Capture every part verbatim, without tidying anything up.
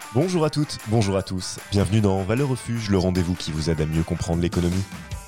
Bonjour à toutes, bonjour à tous, bienvenue dans Valeurs Refuge, le rendez-vous qui vous aide à mieux comprendre l'économie.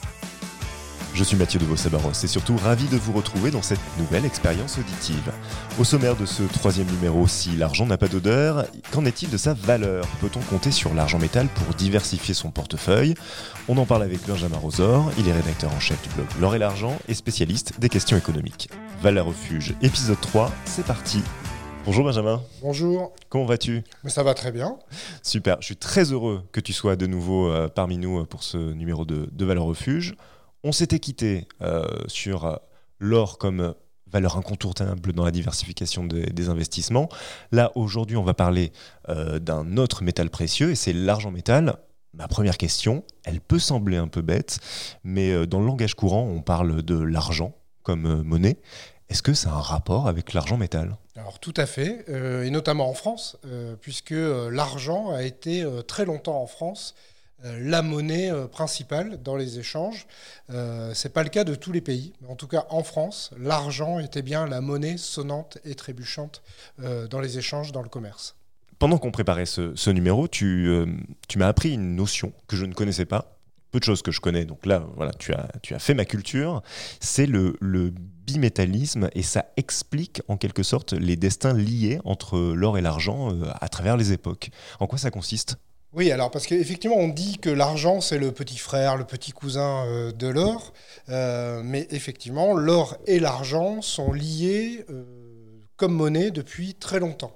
Je suis Mathieu de Vaux-Sabaros et surtout ravi de vous retrouver dans cette nouvelle expérience auditive. Au sommaire de ce troisième numéro, si l'argent n'a pas d'odeur, qu'en est-il de sa valeur ? Peut-on compter sur l'argent métal pour diversifier son portefeuille ? On en parle avec Benjamin Rosor, il est rédacteur en chef du blog L'Or et l'Argent et spécialiste des questions économiques. Valeurs Refuge, épisode trois, c'est parti. Bonjour Benjamin. Bonjour. Comment vas-tu ? Mais ça va très bien. Super, je suis très heureux que tu sois de nouveau euh, parmi nous pour ce numéro de, de Valeurs Refuge. On s'était quitté euh, sur euh, l'or comme valeur incontournable dans la diversification de, des investissements. Là, aujourd'hui, on va parler euh, d'un autre métal précieux et c'est l'argent métal. Ma première question, elle peut sembler un peu bête, mais euh, dans le langage courant, on parle de l'argent comme euh, monnaie. Est-ce que ça a un rapport avec l'argent métal ? Alors tout à fait, euh, et notamment en France, euh, puisque euh, l'argent a été euh, très longtemps en France euh, la monnaie euh, principale dans les échanges. Euh, ce n'est pas le cas de tous les pays, mais en tout cas en France, l'argent était bien la monnaie sonnante et trébuchante euh, dans les échanges, dans le commerce. Pendant qu'on préparait ce, ce numéro, tu, euh, tu m'as appris une notion que je ne connaissais pas. Peu de choses que je connais, donc là, voilà, tu as, tu as fait ma culture, c'est le, le bimétallisme, et ça explique en quelque sorte les destins liés entre l'or et l'argent euh, à travers les époques. En quoi ça consiste ? Oui, alors parce qu'effectivement, on dit que l'argent, c'est le petit frère, le petit cousin euh, de l'or, euh, mais effectivement, l'or et l'argent sont liés euh, comme monnaie depuis très longtemps.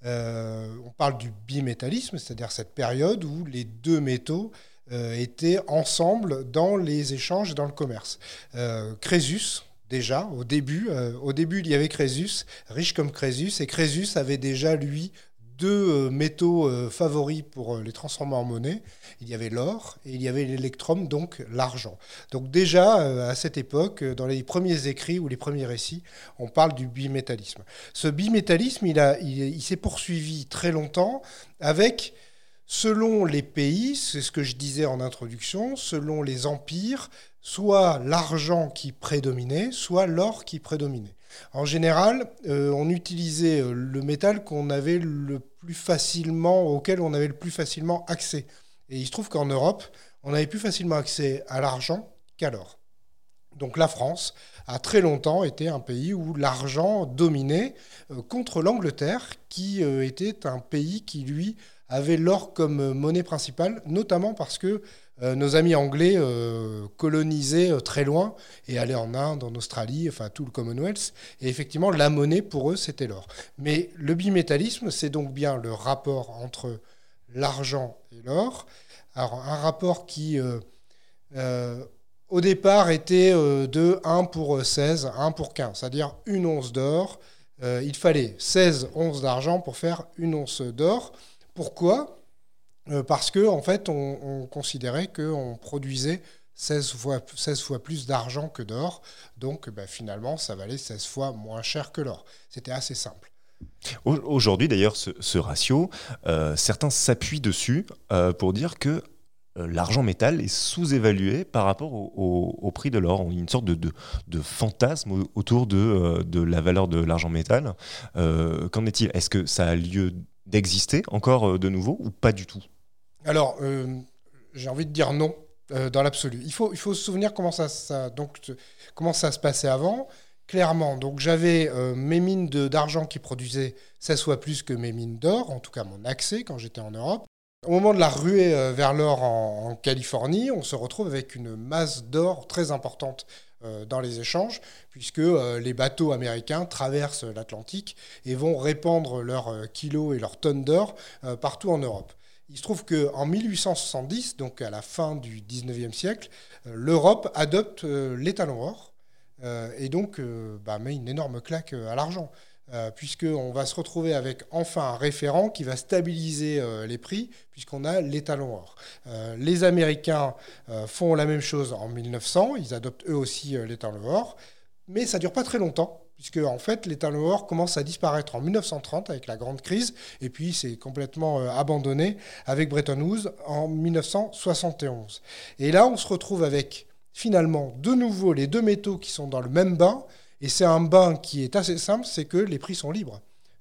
Euh, on parle du bimétallisme, c'est-à-dire cette période où les deux métaux Euh, étaient ensemble dans les échanges et dans le commerce. Euh, Crésus, déjà, au début, euh, au début, il y avait Crésus, riche comme Crésus, et Crésus avait déjà, lui, deux euh, métaux euh, favoris pour euh, les transformer en monnaie. Il y avait l'or et il y avait l'électrum, donc l'argent. Donc déjà, euh, à cette époque, dans les premiers écrits ou les premiers récits, on parle du bimétallisme. Ce bimétallisme, il, a, il, il s'est poursuivi très longtemps avec... Selon les pays, c'est ce que je disais en introduction, selon les empires, soit l'argent qui prédominait, soit l'or qui prédominait. En général, euh, on utilisait le métal qu'on avait le plus facilement, auquel on avait le plus facilement accès. Et il se trouve qu'en Europe, on avait plus facilement accès à l'argent qu'à l'or. Donc la France a très longtemps été un pays où l'argent dominait euh, contre l'Angleterre, qui euh, était un pays qui, lui, avait l'or comme monnaie principale, notamment parce que euh, nos amis anglais euh, colonisaient euh, très loin et allaient en Inde, en Australie, enfin tout le Commonwealth. Et effectivement, la monnaie, pour eux, c'était l'or. Mais le bimétallisme, c'est donc bien le rapport entre l'argent et l'or. Alors, un rapport qui... Euh, euh, Au départ, était euh, de un pour seize, un pour quinze, c'est-à-dire une once d'or. Euh, il fallait seize onces d'argent pour faire une once d'or. Pourquoi ? euh, Parce qu'en en fait, on, on considérait qu'on produisait seize fois, seize fois plus d'argent que d'or. Donc, ben, finalement, ça valait seize fois moins cher que l'or. C'était assez simple. Aujourd'hui, d'ailleurs, ce, ce ratio, euh, certains s'appuient dessus euh, pour dire que l'argent métal est sous-évalué par rapport au, au, au prix de l'or. On a une sorte de, de, de fantasme autour de, de la valeur de l'argent métal. Euh, qu'en est-il ? Est-ce que ça a lieu d'exister encore de nouveau ou pas du tout ? Alors, euh, j'ai envie de dire non, euh, dans l'absolu. Il faut, il faut se souvenir comment ça, ça, donc, comment ça se passait avant. Clairement, donc j'avais euh, mes mines de, d'argent qui produisaient seize fois plus que mes mines d'or, en tout cas mon accès quand j'étais en Europe. Au moment de la ruée vers l'or en, en Californie, on se retrouve avec une masse d'or très importante euh, dans les échanges, puisque euh, les bateaux américains traversent l'Atlantique et vont répandre leurs euh, kilos et leurs tonnes d'or euh, partout en Europe. Il se trouve qu'en mille huit cent soixante-dix, donc à la fin du dix-neuvième siècle, euh, l'Europe adopte euh, l'étalon or euh, et donc euh, bah, met une énorme claque à l'argent. Euh, puisqu'on va se retrouver avec enfin un référent qui va stabiliser euh, les prix, puisqu'on a l'étalon or. Euh, les Américains euh, font la même chose en mille neuf cents, ils adoptent eux aussi euh, l'étalon or, mais ça ne dure pas très longtemps, puisque en fait, l'étalon or commence à disparaître en mille neuf cent trente avec la grande crise, et puis c'est complètement euh, abandonné avec Bretton Woods en mille neuf cent soixante et onze. Et là, on se retrouve avec finalement de nouveau les deux métaux qui sont dans le même bain, et c'est un bain qui est assez simple, c'est que les prix sont libres.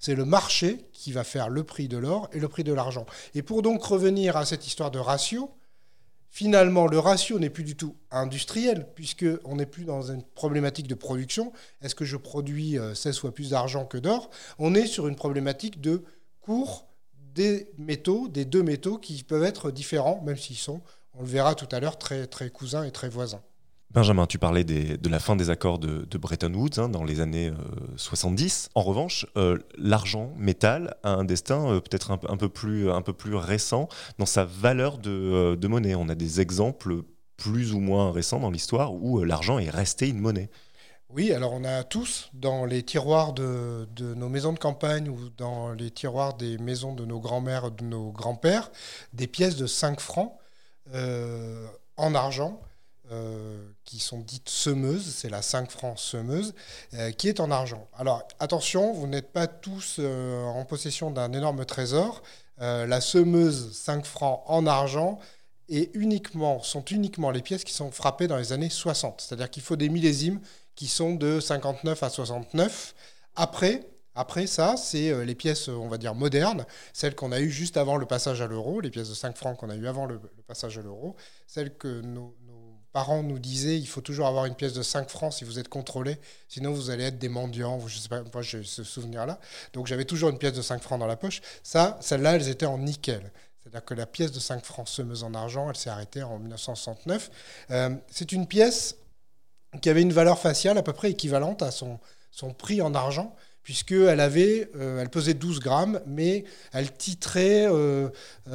C'est le marché qui va faire le prix de l'or et le prix de l'argent. Et pour donc revenir à cette histoire de ratio, finalement, le ratio n'est plus du tout industriel, puisqu'on n'est plus dans une problématique de production. Est-ce que je produis seize fois plus d'argent que d'or ? On est sur une problématique de cours des métaux, des deux métaux qui peuvent être différents, même s'ils sont, on le verra tout à l'heure, très, très cousins et très voisins. Benjamin, tu parlais des, de la fin des accords de, de Bretton Woods hein, dans les années euh, soixante-dix. En revanche, euh, l'argent, métal, a un destin euh, peut-être un, un, peu plus, un peu plus récent dans sa valeur de, euh, de monnaie. On a des exemples plus ou moins récents dans l'histoire où euh, l'argent est resté une monnaie. Oui, alors on a tous dans les tiroirs de, de nos maisons de campagne ou dans les tiroirs des maisons de nos grands-mères, de nos grands-pères, des pièces de cinq francs euh, en argent. Euh, qui sont dites semeuses, c'est la cinq francs semeuse, euh, qui est en argent. Alors attention, vous n'êtes pas tous euh, en possession d'un énorme trésor. Euh, la semeuse cinq francs en argent est uniquement, sont uniquement les pièces qui sont frappées dans les années soixante. C'est-à-dire qu'il faut des millésimes qui sont de cinquante-neuf à soixante-neuf. Après, après ça, c'est les pièces, on va dire, modernes, celles qu'on a eues juste avant le passage à l'euro, les pièces de cinq francs qu'on a eues avant le, le passage à l'euro, celles que nos, nos parents nous disaient il faut toujours avoir une pièce de cinq francs si vous êtes contrôlé, sinon vous allez être des mendiants. Je sais pas, moi j'ai ce souvenir-là. Donc j'avais toujours une pièce de cinq francs dans la poche. Ça, celles-là, elles étaient en nickel. C'est-à-dire que la pièce de cinq francs semeuse en argent, elle s'est arrêtée en dix-neuf cent soixante-neuf. Euh, c'est une pièce qui avait une valeur faciale à peu près équivalente à son, son prix en argent, puisqu'elle avait, euh, elle pesait douze grammes, mais elle titrait euh,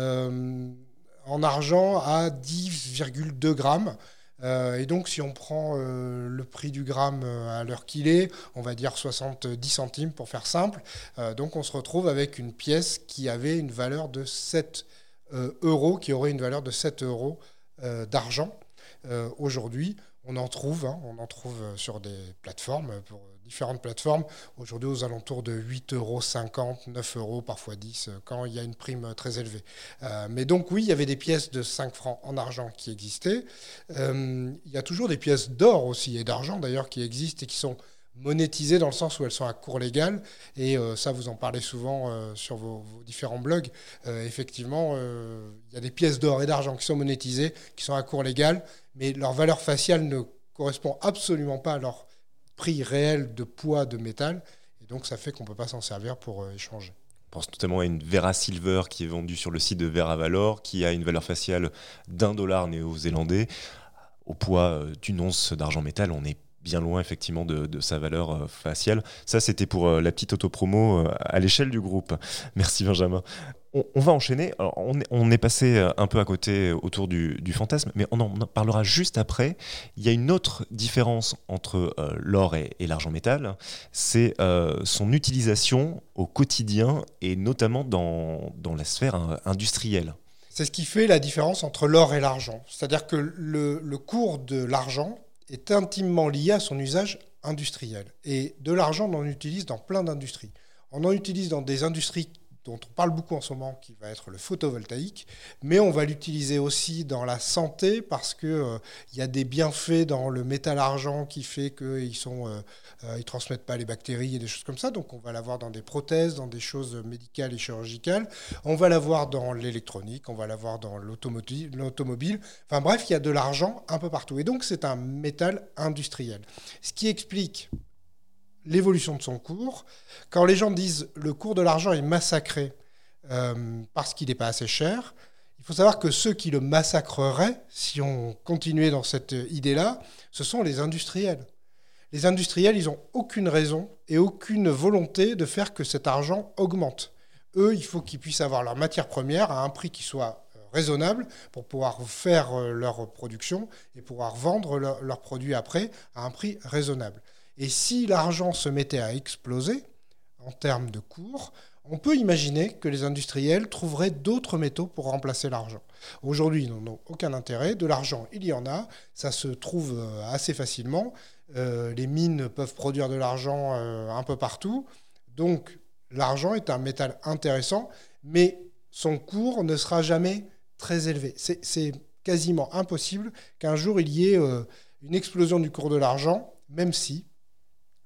euh, en argent à dix virgule deux grammes. Euh, et donc, si on prend euh, le prix du gramme à l'heure qu'il est, on va dire soixante-dix centimes pour faire simple. Euh, donc, on se retrouve avec une pièce qui avait une valeur de sept euh, euros, qui aurait une valeur de sept euros euh, d'argent. Euh, aujourd'hui, on en trouve, hein, on en trouve sur des plateformes, pour différentes plateformes, aujourd'hui aux alentours de huit euros cinquante, neuf euros, parfois dix, quand il y a une prime très élevée. Euh, mais donc oui, il y avait des pièces de cinq francs en argent qui existaient. Euh, il y a toujours des pièces d'or aussi, et d'argent d'ailleurs, qui existent et qui sont monétisées dans le sens où elles sont à cours légal. Et euh, ça, vous en parlez souvent euh, sur vos, vos différents blogs. Euh, effectivement, euh, il y a des pièces d'or et d'argent qui sont monétisées, qui sont à cours légal, mais leur valeur faciale ne correspond absolument pas à leur prix réel de poids de métal. Et donc, ça fait qu'on ne peut pas s'en servir pour euh, échanger. Je pense notamment à une Vera Silver qui est vendue sur le site de Vera Valor, qui a une valeur faciale d'un dollar néo-zélandais. Au poids d'une once d'argent métal, on est bien loin effectivement de, de sa valeur euh, faciale. Ça, c'était pour euh, la petite autopromo euh, à l'échelle du groupe. Merci Benjamin. On, on va enchaîner. Alors, on, est, on est passé un peu à côté autour du, du fantasme, mais on en parlera juste après. Il y a une autre différence entre euh, l'or et, et l'argent métal, c'est euh, son utilisation au quotidien et notamment dans, dans la sphère euh, industrielle. C'est ce qui fait la différence entre l'or et l'argent. C'est-à-dire que le, le cours de l'argent est intimement lié à son usage industriel. Et de l'argent, on en utilise dans plein d'industries. On en utilise dans des industries dont on parle beaucoup en ce moment, qui va être le photovoltaïque, mais on va l'utiliser aussi dans la santé parce qu'il euh, y a des bienfaits dans le métal-argent qui fait qu'ils sont, euh, euh, ils transmettent pas les bactéries et des choses comme ça. Donc on va l'avoir dans des prothèses, dans des choses médicales et chirurgicales. On va l'avoir dans l'électronique, on va l'avoir dans l'automobile, l'automobile. Enfin bref, il y a de l'argent un peu partout. Et donc c'est un métal industriel. Ce qui explique l'évolution de son cours. Quand les gens disent le cours de l'argent est massacré euh, parce qu'il n'est pas assez cher, il faut savoir que ceux qui le massacreraient, si on continuait dans cette idée-là, ce sont les industriels. Les industriels, ils n'ont aucune raison et aucune volonté de faire que cet argent augmente. Eux, il faut qu'ils puissent avoir leur matière première à un prix qui soit raisonnable pour pouvoir faire leur production et pouvoir vendre leurs leur produits après à un prix raisonnable. Et si l'argent se mettait à exploser en termes de cours, on peut imaginer que les industriels trouveraient d'autres métaux pour remplacer l'argent. Aujourd'hui, ils n'en ont aucun intérêt. De l'argent, il y en a. Ça se trouve assez facilement. Euh, les mines peuvent produire de l'argent euh, un peu partout. Donc, l'argent est un métal intéressant, mais son cours ne sera jamais très élevé. C'est, c'est quasiment impossible qu'un jour, il y ait euh, une explosion du cours de l'argent, même si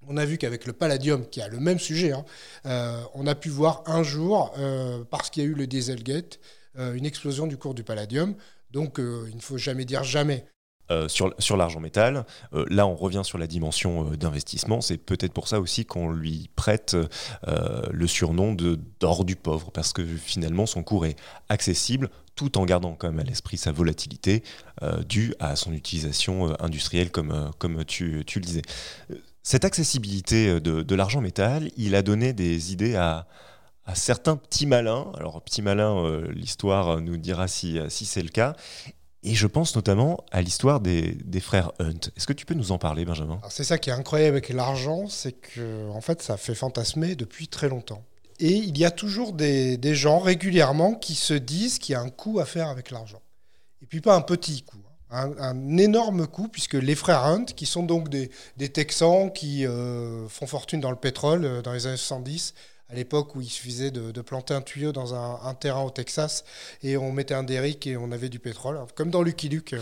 On a vu qu'avec le palladium, qui a le même sujet, hein, euh, on a pu voir un jour, euh, parce qu'il y a eu le Dieselgate, euh, une explosion du cours du palladium. Donc, euh, il ne faut jamais dire jamais. Euh, sur, sur l'argent métal, euh, là on revient sur la dimension euh, d'investissement, c'est peut-être pour ça aussi qu'on lui prête euh, le surnom de d'or du pauvre, parce que finalement son cours est accessible tout en gardant quand même à l'esprit sa volatilité euh, due à son utilisation euh, industrielle comme, euh, comme tu, tu le disais. Cette accessibilité de, de l'argent métal, il a donné des idées à, à certains petits malins. Alors petits malins, euh, l'histoire nous dira si, si c'est le cas. Et je pense notamment à l'histoire des, des frères Hunt. Est-ce que tu peux nous en parler, Benjamin ? Alors, c'est ça qui est incroyable avec l'argent, c'est que en fait, ça fait fantasmer depuis très longtemps. Et il y a toujours des, des gens régulièrement qui se disent qu'il y a un coup à faire avec l'argent. Et puis pas un petit coup, hein. un, un énorme coup, puisque les frères Hunt, qui sont donc des, des Texans qui euh, font fortune dans le pétrole euh, dans les années soixante-dix, à l'époque où il suffisait de, de planter un tuyau dans un, un terrain au Texas et on mettait un derrick et on avait du pétrole, comme dans Lucky Luke, euh,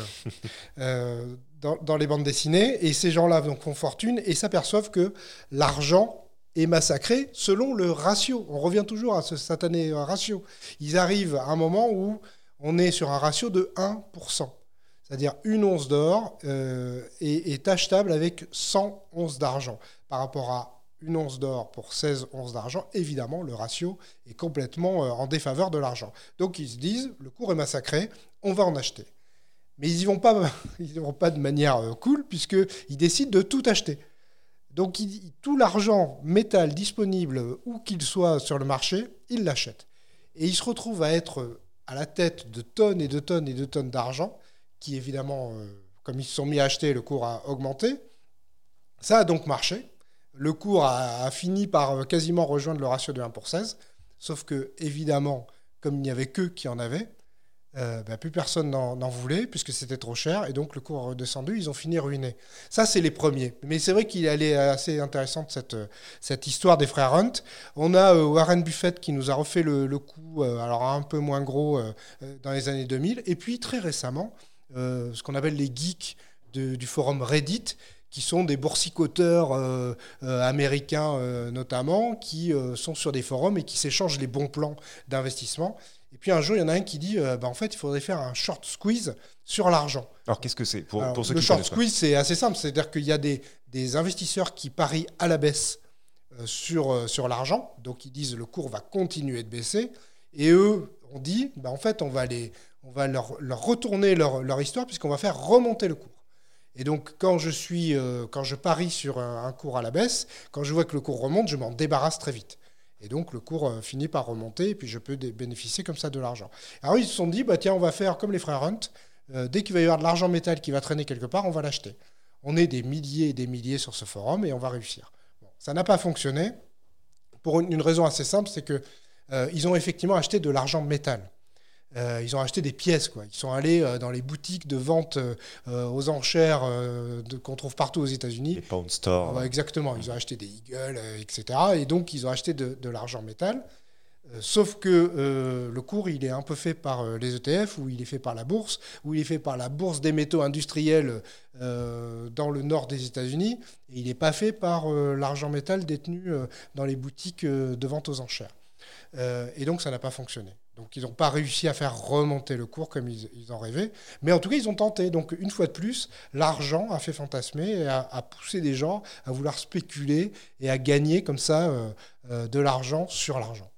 euh, dans, dans les bandes dessinées. Et ces gens-là donc, font fortune et s'aperçoivent que l'argent est massacré selon le ratio. On revient toujours à ce satané ratio. Ils arrivent à un moment où on est sur un ratio de un pour cent. C'est-à-dire une once d'or euh, est, est achetable avec cent onces d'argent par rapport à une once d'or pour seize onces d'argent, évidemment, le ratio est complètement euh, en défaveur de l'argent. Donc, ils se disent, le cours est massacré, on va en acheter. Mais ils n'y vont pas, ils y vont pas de manière euh, cool, puisqu'ils décident de tout acheter. Donc, il, tout l'argent métal disponible, où qu'il soit sur le marché, ils l'achètent. Et ils se retrouvent à être à la tête de tonnes et de tonnes et de tonnes d'argent, qui, évidemment, euh, comme ils se sont mis à acheter, le cours a augmenté. Ça a donc marché. Le cours a, a fini par quasiment rejoindre le ratio de un pour seize, sauf que, évidemment, comme il n'y avait qu'eux qui en avaient, euh, bah, plus personne n'en, n'en voulait, puisque c'était trop cher, et donc le cours a redescendu, ils ont fini ruinés. Ça, c'est les premiers. Mais c'est vrai qu'il est assez intéressante, cette, cette histoire des frères Hunt. On a euh, Warren Buffett qui nous a refait le, le coup, euh, alors un peu moins gros, euh, dans les années deux mille, et puis très récemment, euh, ce qu'on appelle les geeks de, du forum Reddit, qui sont des boursicoteurs euh, euh, américains euh, notamment, qui euh, sont sur des forums et qui s'échangent les bons plans d'investissement. Et puis un jour, il y en a un qui dit euh, bah, en fait, il faudrait faire un short squeeze sur l'argent. Alors, qu'est-ce que c'est pour, Alors, pour ceux le qui short connaissent pas. squeeze, c'est assez simple. C'est-à-dire qu'il y a des, des investisseurs qui parient à la baisse euh, sur, euh, sur l'argent. Donc, ils disent le cours va continuer de baisser. Et eux, on dit bah, en fait, on va, les, on va leur, leur retourner leur, leur histoire puisqu'on va faire remonter le cours. Et donc, quand je, suis, euh, quand je parie sur un, un cours à la baisse, quand je vois que le cours remonte, je m'en débarrasse très vite. Et donc, le cours euh, finit par remonter et puis je peux dé- bénéficier comme ça de l'argent. Alors, ils se sont dit, bah, tiens, on va faire comme les frères Hunt. Euh, dès qu'il va y avoir de l'argent métal qui va traîner quelque part, on va l'acheter. On est des milliers et des milliers sur ce forum et on va réussir. Bon, ça n'a pas fonctionné pour une, une raison assez simple, c'est qu'ils euh, ont effectivement acheté de l'argent métal. Euh, ils ont acheté des pièces, quoi. Ils sont allés euh, dans les boutiques de vente euh, aux enchères euh, de, qu'on trouve partout aux États-Unis. Les Pound Store. Ouais, exactement. Ils ont acheté des Eagles, euh, et cetera. Et donc, ils ont acheté de, de l'argent métal. Euh, sauf que euh, le cours, il est un peu fait par euh, les E T F, ou il est fait par la bourse, ou il est fait par la bourse des métaux industriels euh, dans le nord des États-Unis. Et il n'est pas fait par euh, l'argent métal détenu euh, dans les boutiques euh, de vente aux enchères. Euh, et donc, ça n'a pas fonctionné. Donc, ils n'ont pas réussi à faire remonter le cours comme ils, ils en rêvaient. Mais en tout cas, ils ont tenté. Donc, une fois de plus, l'argent a fait fantasmer et a, a poussé des gens à vouloir spéculer et à gagner comme ça euh, euh, de l'argent sur l'argent.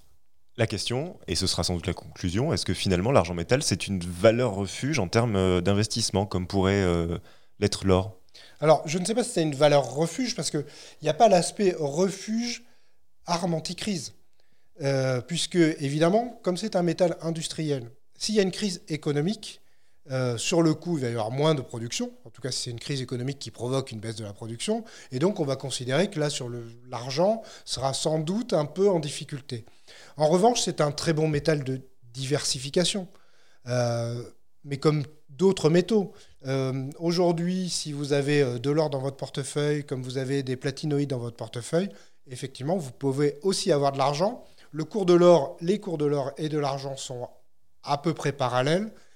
La question, et ce sera sans doute la conclusion, est-ce que finalement l'argent métal, c'est une valeur refuge en termes d'investissement, comme pourrait euh, l'être l'or ? Alors, je ne sais pas si c'est une valeur refuge, parce qu'il n'y a pas l'aspect refuge arme anti-crise. Euh, puisque, évidemment, comme c'est un métal industriel, s'il y a une crise économique, euh, sur le coup, il va y avoir moins de production. En tout cas, si c'est une crise économique qui provoque une baisse de la production. Et donc, on va considérer que là, sur le, l'argent, sera sans doute un peu en difficulté. En revanche, c'est un très bon métal de diversification. Euh, mais comme d'autres métaux. Euh, aujourd'hui, si vous avez de l'or dans votre portefeuille, comme vous avez des platinoïdes dans votre portefeuille, effectivement, vous pouvez aussi avoir de l'argent. Le cours de l'or, les cours de l'or et de l'argent sont à peu près parallèles,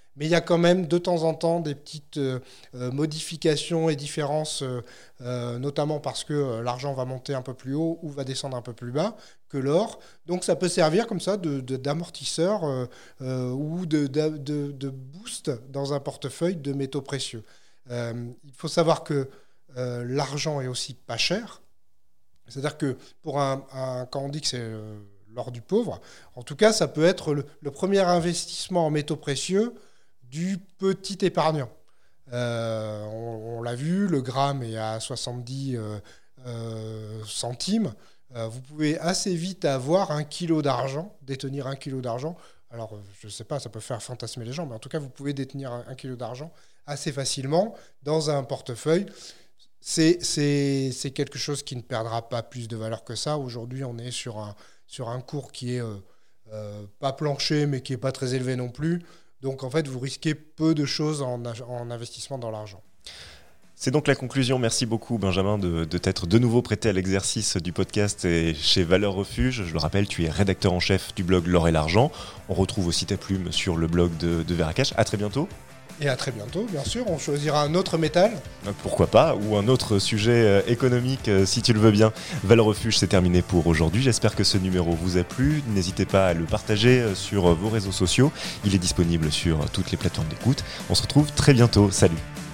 Mais il y a quand même de temps en temps des petites euh, euh, modifications et différences, euh, euh, notamment parce que euh, l'argent va monter un peu plus haut ou va descendre un peu plus bas que l'or. Donc ça peut servir comme ça de, de, d'amortisseur euh, euh, ou de, de, de, de boost dans un portefeuille de métaux précieux. Euh, il faut savoir que euh, l'argent est aussi pas cher. C'est-à-dire que pour un, un, quand on dit que c'est euh, l'or du pauvre, en tout cas, ça peut être le, le premier investissement en métaux précieux du petit épargnant. Euh, on, on l'a vu, le gramme est à soixante-dix euh, euh, centimes. Euh, vous pouvez assez vite avoir un kilo d'argent, détenir un kilo d'argent. Alors, je ne sais pas, ça peut faire fantasmer les gens, mais en tout cas, vous pouvez détenir un, un kilo d'argent assez facilement dans un portefeuille. C'est, c'est, c'est quelque chose qui ne perdra pas plus de valeur que ça. Aujourd'hui, on est sur un, sur un cours qui est euh, euh, pas plancher, mais qui n'est pas très élevé non plus. Donc, en fait, vous risquez peu de choses en, en investissement dans l'argent. C'est donc la conclusion. Merci beaucoup, Benjamin, de, de t'être de nouveau prêté à l'exercice du podcast et chez Valeurs Refuge. Je le rappelle, tu es rédacteur en chef du blog L'Or et l'Argent. On retrouve aussi ta plume sur le blog de, de Veracash. À très bientôt. Et à très bientôt, bien sûr. On choisira un autre métal. Pourquoi pas, ou un autre sujet économique, si tu le veux bien. Valeurs Refuge, c'est terminé pour aujourd'hui. J'espère que ce numéro vous a plu. N'hésitez pas à le partager sur vos réseaux sociaux. Il est disponible sur toutes les plateformes d'écoute. On se retrouve très bientôt. Salut.